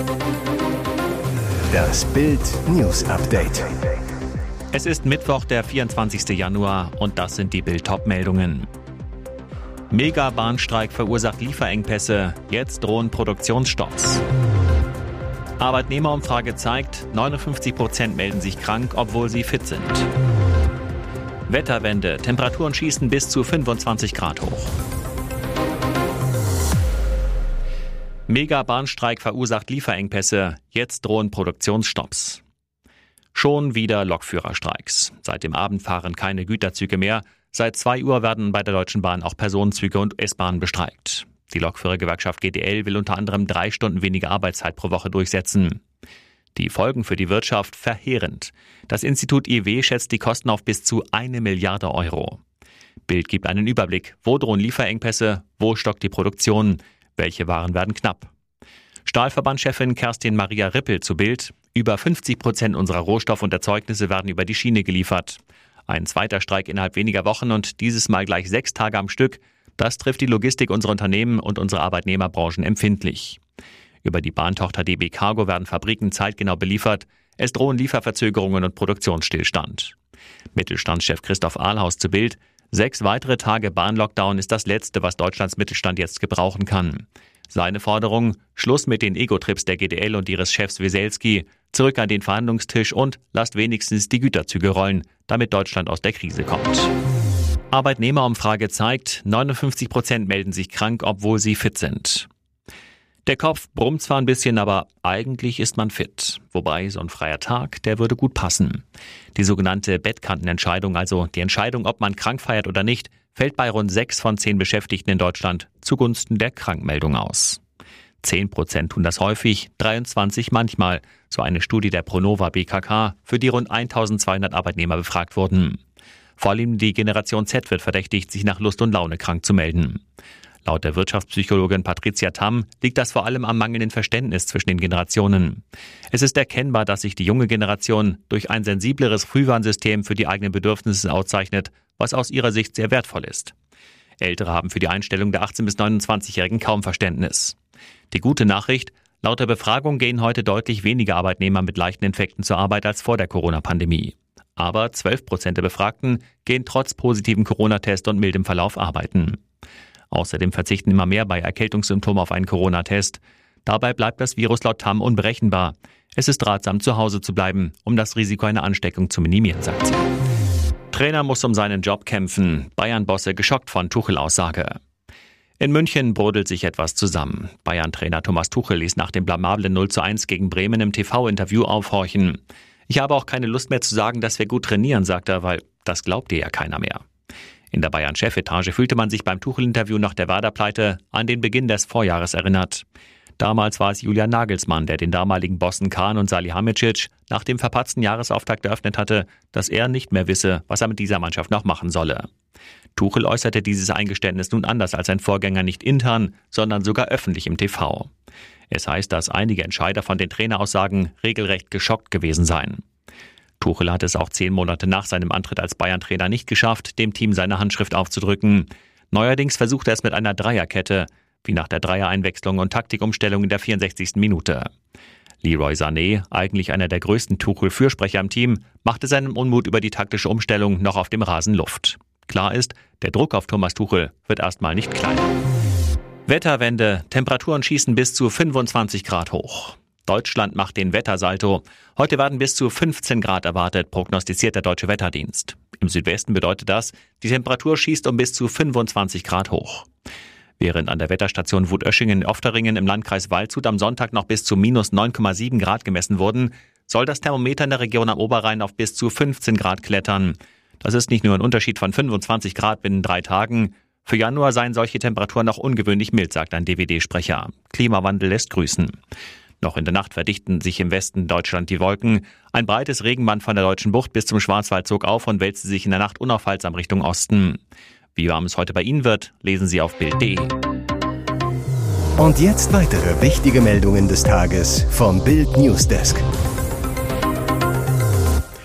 Das Bild News Update. Es ist Mittwoch, der 24. Januar und das sind die Bild-Top-Meldungen. Mega-Bahnstreik verursacht Lieferengpässe, jetzt drohen Produktionsstopps. Arbeitnehmerumfrage zeigt, 59% melden sich krank, obwohl sie fit sind. Wetterwende, Temperaturen schießen bis zu 25 Grad hoch. Mega-Bahnstreik verursacht Lieferengpässe, jetzt drohen Produktionsstopps. Schon wieder Lokführerstreiks. Seit dem Abend fahren keine Güterzüge mehr. Seit 2 Uhr werden bei der Deutschen Bahn auch Personenzüge und S-Bahnen bestreikt. Die Lokführergewerkschaft GDL will unter anderem 3 Stunden weniger Arbeitszeit pro Woche durchsetzen. Die Folgen für die Wirtschaft verheerend. Das Institut IW schätzt die Kosten auf bis zu 1 Milliarde Euro. Bild gibt einen Überblick. Wo drohen Lieferengpässe? Wo stockt die Produktion? Welche Waren werden knapp? Stahlverbandchefin Kerstin Maria Rippel zu Bild. Über 50% unserer Rohstoff- und Erzeugnisse werden über die Schiene geliefert. Ein zweiter Streik innerhalb weniger Wochen und dieses Mal gleich 6 Tage am Stück. Das trifft die Logistik unserer Unternehmen und unsere Arbeitnehmerbranchen empfindlich. Über die Bahntochter DB Cargo werden Fabriken zeitgenau beliefert. Es drohen Lieferverzögerungen und Produktionsstillstand. Mittelstandschef Christoph Ahlhaus zu Bild. 6 weitere Tage Bahnlockdown ist das Letzte, was Deutschlands Mittelstand jetzt gebrauchen kann. Seine Forderung: Schluss mit den Ego-Trips der GDL und ihres Chefs Wieselski, zurück an den Verhandlungstisch und lasst wenigstens die Güterzüge rollen, damit Deutschland aus der Krise kommt. Arbeitnehmerumfrage zeigt, 59% melden sich krank, obwohl sie fit sind. Der Kopf brummt zwar ein bisschen, aber eigentlich ist man fit. Wobei, so ein freier Tag, der würde gut passen. Die sogenannte Bettkantenentscheidung, also die Entscheidung, ob man krank feiert oder nicht, fällt bei rund 6 von 10 Beschäftigten in Deutschland zugunsten der Krankmeldung aus. 10% tun das häufig, 23% manchmal, so eine Studie der Pronova BKK, für die rund 1200 Arbeitnehmer befragt wurden. Vor allem die Generation Z wird verdächtigt, sich nach Lust und Laune krank zu melden. Laut der Wirtschaftspsychologin Patricia Tamm liegt das vor allem am mangelnden Verständnis zwischen den Generationen. Es ist erkennbar, dass sich die junge Generation durch ein sensibleres Frühwarnsystem für die eigenen Bedürfnisse auszeichnet, was aus ihrer Sicht sehr wertvoll ist. Ältere haben für die Einstellung der 18- bis 29-Jährigen kaum Verständnis. Die gute Nachricht: Laut der Befragung gehen heute deutlich weniger Arbeitnehmer mit leichten Infekten zur Arbeit als vor der Corona-Pandemie. Aber 12% der Befragten gehen trotz positivem Corona-Test und mildem Verlauf arbeiten. Außerdem verzichten immer mehr bei Erkältungssymptomen auf einen Corona-Test. Dabei bleibt das Virus laut Tamm unberechenbar. Es ist ratsam, zu Hause zu bleiben, um das Risiko einer Ansteckung zu minimieren, sagt sie. Trainer muss um seinen Job kämpfen. Bayern-Bosse geschockt von Tuchel-Aussage. In München brodelt sich etwas zusammen. Bayern-Trainer Thomas Tuchel ließ nach dem blamablen 0:1 gegen Bremen im TV-Interview aufhorchen. Ich habe auch keine Lust mehr zu sagen, dass wir gut trainieren, sagt er, weil das glaubt dir ja keiner mehr. In der Bayern-Chefetage fühlte man sich beim Tuchel-Interview nach der Werder-Pleite an den Beginn des Vorjahres erinnert. Damals war es Julian Nagelsmann, der den damaligen Bossen Kahn und Salihamidzic nach dem verpatzten Jahresauftakt eröffnet hatte, dass er nicht mehr wisse, was er mit dieser Mannschaft noch machen solle. Tuchel äußerte dieses Eingeständnis nun anders als sein Vorgänger nicht intern, sondern sogar öffentlich im TV. Es heißt, dass einige Entscheider von den Traineraussagen regelrecht geschockt gewesen seien. Tuchel hat es auch 10 Monate nach seinem Antritt als Bayern-Trainer nicht geschafft, dem Team seine Handschrift aufzudrücken. Neuerdings versucht er es mit einer Dreierkette, wie nach der Dreier-Einwechslung und Taktikumstellung in der 64. Minute. Leroy Sané, eigentlich einer der größten Tuchel-Fürsprecher im Team, machte seinen Unmut über die taktische Umstellung noch auf dem Rasen Luft. Klar ist, der Druck auf Thomas Tuchel wird erstmal nicht kleiner. Wetterwende, Temperaturen schießen bis zu 25 Grad hoch. Deutschland macht den Wettersalto. Heute werden bis zu 15 Grad erwartet, prognostiziert der Deutsche Wetterdienst. Im Südwesten bedeutet das, die Temperatur schießt um bis zu 25 Grad hoch. Während an der Wetterstation Wutöschingen in Ofteringen im Landkreis Waldshut am Sonntag noch bis zu minus 9,7 Grad gemessen wurden, soll das Thermometer in der Region am Oberrhein auf bis zu 15 Grad klettern. Das ist nicht nur ein Unterschied von 25 Grad binnen 3 Tagen. Für Januar seien solche Temperaturen noch ungewöhnlich mild, sagt ein DWD-Sprecher. Klimawandel lässt grüßen. Noch in der Nacht verdichten sich im Westen Deutschland die Wolken. Ein breites Regenband von der Deutschen Bucht bis zum Schwarzwald zog auf und wälzte sich in der Nacht unaufhaltsam Richtung Osten. Wie warm es heute bei Ihnen wird, lesen Sie auf Bild.de. Und jetzt weitere wichtige Meldungen des Tages vom Bild Newsdesk.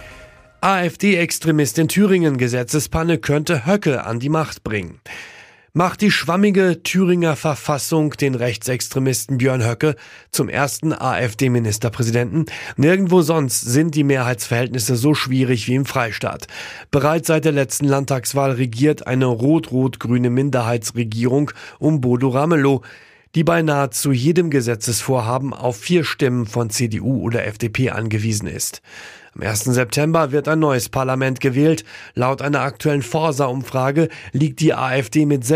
AfD-Extremist in Thüringen, Gesetzespanne könnte Höcke an die Macht bringen. macht die schwammige Thüringer Verfassung den Rechtsextremisten Björn Höcke zum ersten AfD-Ministerpräsidenten. Nirgendwo sonst sind die Mehrheitsverhältnisse so schwierig wie im Freistaat. Bereits seit der letzten Landtagswahl regiert eine rot-rot-grüne Minderheitsregierung um Bodo Ramelow, die bei nahezu jedem Gesetzesvorhaben auf 4 Stimmen von CDU oder FDP angewiesen ist. Am 1. September wird ein neues Parlament gewählt. Laut einer aktuellen Forsa-Umfrage liegt die AfD mit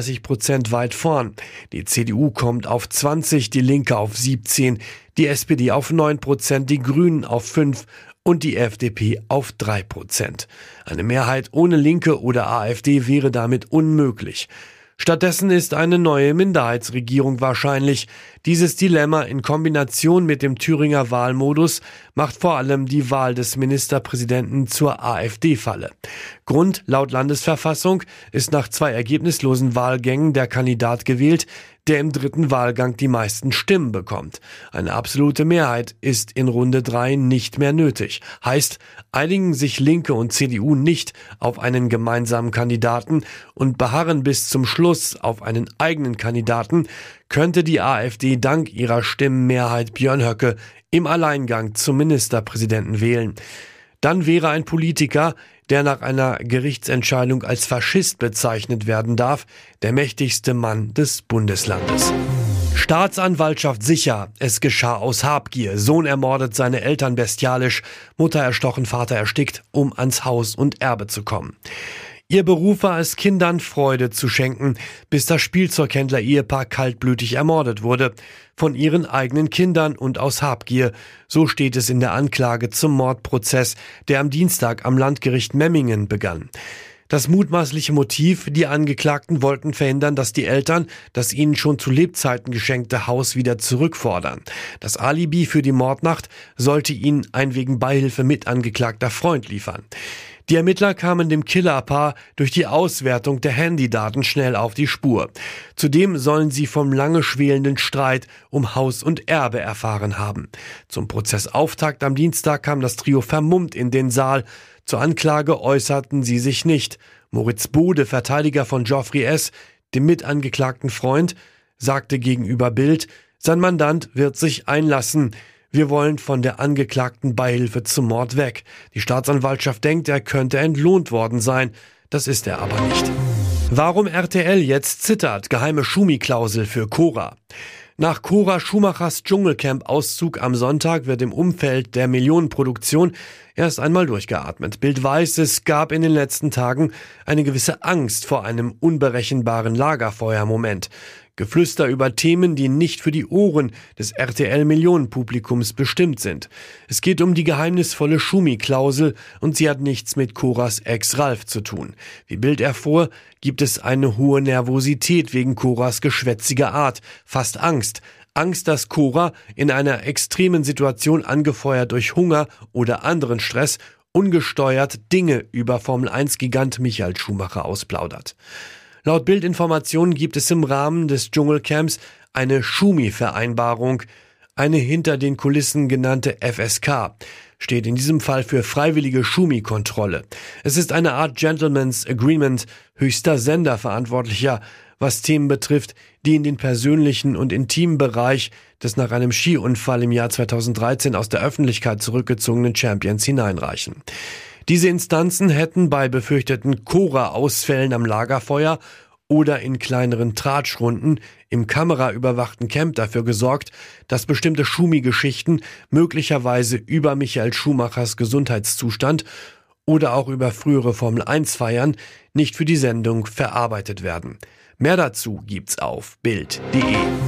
36% weit vorn. Die CDU kommt auf 20, die Linke auf 17, die SPD auf 9%, die Grünen auf 5% und die FDP auf 3%. Eine Mehrheit ohne Linke oder AfD wäre damit unmöglich. Stattdessen ist eine neue Minderheitsregierung wahrscheinlich. Dieses Dilemma in Kombination mit dem Thüringer Wahlmodus macht vor allem die Wahl des Ministerpräsidenten zur AfD-Falle. Grund laut Landesverfassung ist nach 2 ergebnislosen Wahlgängen der Kandidat gewählt, der im 3. Wahlgang die meisten Stimmen bekommt. Eine absolute Mehrheit ist in Runde 3 nicht mehr nötig. Heißt, einigen sich Linke und CDU nicht auf einen gemeinsamen Kandidaten und beharren bis zum Schluss auf einen eigenen Kandidaten, könnte die AfD dank ihrer Stimmenmehrheit Björn Höcke im Alleingang zum Ministerpräsidenten wählen. Dann wäre ein Politiker, der nach einer Gerichtsentscheidung als Faschist bezeichnet werden darf, der mächtigste Mann des Bundeslandes. Staatsanwaltschaft sicher, es geschah aus Habgier. Sohn ermordet seine Eltern bestialisch, Mutter erstochen, Vater erstickt, um ans Haus und Erbe zu kommen. Ihr Beruf war es, Kindern Freude zu schenken, bis das Spielzeughändler-Ehepaar kaltblütig ermordet wurde. Von ihren eigenen Kindern und aus Habgier. So steht es in der Anklage zum Mordprozess, der am Dienstag am Landgericht Memmingen begann. Das mutmaßliche Motiv: Die Angeklagten wollten verhindern, dass die Eltern das ihnen schon zu Lebzeiten geschenkte Haus wieder zurückfordern. Das Alibi für die Mordnacht sollte ihnen ein wegen Beihilfe mitangeklagter Freund liefern. Die Ermittler kamen dem Killerpaar durch die Auswertung der Handydaten schnell auf die Spur. Zudem sollen sie vom lange schwelenden Streit um Haus und Erbe erfahren haben. Zum Prozessauftakt am Dienstag kam das Trio vermummt in den Saal. Zur Anklage äußerten sie sich nicht. Moritz Bode, Verteidiger von Geoffrey S., dem mitangeklagten Freund, sagte gegenüber Bild, sein Mandant wird sich einlassen. Wir wollen von der angeklagten Beihilfe zum Mord weg. Die Staatsanwaltschaft denkt, er könnte entlohnt worden sein. Das ist er aber nicht. Warum RTL jetzt zittert? Geheime Schumi-Klausel für Cora. Nach Cora Schumachers Dschungelcamp-Auszug am Sonntag wird im Umfeld der Millionenproduktion erst einmal durchgeatmet. Bild weiß, es gab in den letzten Tagen eine gewisse Angst vor einem unberechenbaren Lagerfeuermoment. Geflüster über Themen, die nicht für die Ohren des RTL-Millionenpublikums bestimmt sind. Es geht um die geheimnisvolle Schumi-Klausel und sie hat nichts mit Coras Ex Ralf zu tun. Wie Bild erfuhr, gibt es eine hohe Nervosität wegen Coras geschwätziger Art, fast Angst. Angst, dass Cora in einer extremen Situation, angefeuert durch Hunger oder anderen Stress, ungesteuert Dinge über Formel-1-Gigant Michael Schumacher ausplaudert. Laut Bildinformationen gibt es im Rahmen des Dschungelcamps eine Schumi-Vereinbarung, eine hinter den Kulissen genannte FSK, steht in diesem Fall für freiwillige Schumi-Kontrolle. Es ist eine Art Gentleman's Agreement, höchster Senderverantwortlicher, was Themen betrifft, die in den persönlichen und intimen Bereich des nach einem Skiunfall im Jahr 2013 aus der Öffentlichkeit zurückgezogenen Champions hineinreichen. Diese Instanzen hätten bei befürchteten Cora-Ausfällen am Lagerfeuer oder in kleineren Tratschrunden im kameraüberwachten Camp dafür gesorgt, dass bestimmte Schumi-Geschichten möglicherweise über Michael Schumachers Gesundheitszustand oder auch über frühere Formel-1-Feiern nicht für die Sendung verarbeitet werden. Mehr dazu gibt's auf Bild.de.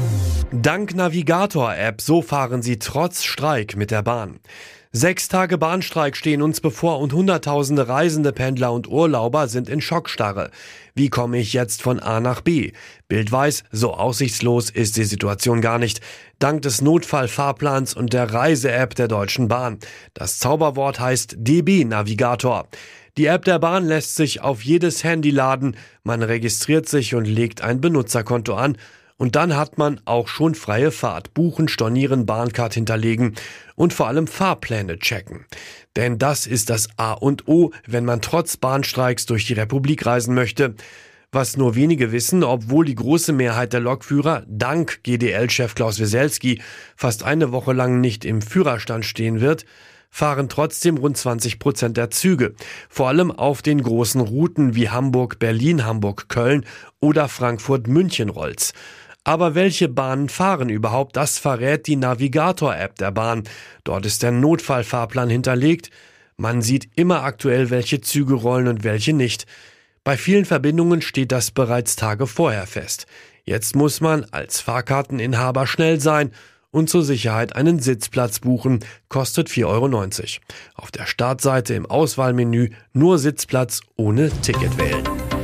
Dank Navigator-App, so fahren Sie trotz Streik mit der Bahn. 6 Tage Bahnstreik stehen uns bevor und Hunderttausende Reisende, Pendler und Urlauber sind in Schockstarre. Wie komme ich jetzt von A nach B? Bild weiß, so aussichtslos ist die Situation gar nicht. Dank des Notfallfahrplans und der Reise-App der Deutschen Bahn. Das Zauberwort heißt DB Navigator. Die App der Bahn lässt sich auf jedes Handy laden. Man registriert sich und legt ein Benutzerkonto an. Und dann hat man auch schon freie Fahrt. Buchen, stornieren, Bahncard hinterlegen und vor allem Fahrpläne checken. Denn das ist das A und O, wenn man trotz Bahnstreiks durch die Republik reisen möchte. Was nur wenige wissen, obwohl die große Mehrheit der Lokführer dank GDL-Chef Klaus Wieselski fast eine Woche lang nicht im Führerstand stehen wird, fahren trotzdem rund 20% der Züge. Vor allem auf den großen Routen wie Hamburg-Berlin, Hamburg-Köln oder Frankfurt-München-Rolls. Aber welche Bahnen fahren überhaupt? Das verrät die Navigator-App der Bahn. Dort ist der Notfallfahrplan hinterlegt. Man sieht immer aktuell, welche Züge rollen und welche nicht. Bei vielen Verbindungen steht das bereits Tage vorher fest. Jetzt muss man als Fahrkarteninhaber schnell sein und zur Sicherheit einen Sitzplatz buchen, kostet 4,90 Euro. Auf der Startseite im Auswahlmenü nur Sitzplatz ohne Ticket wählen.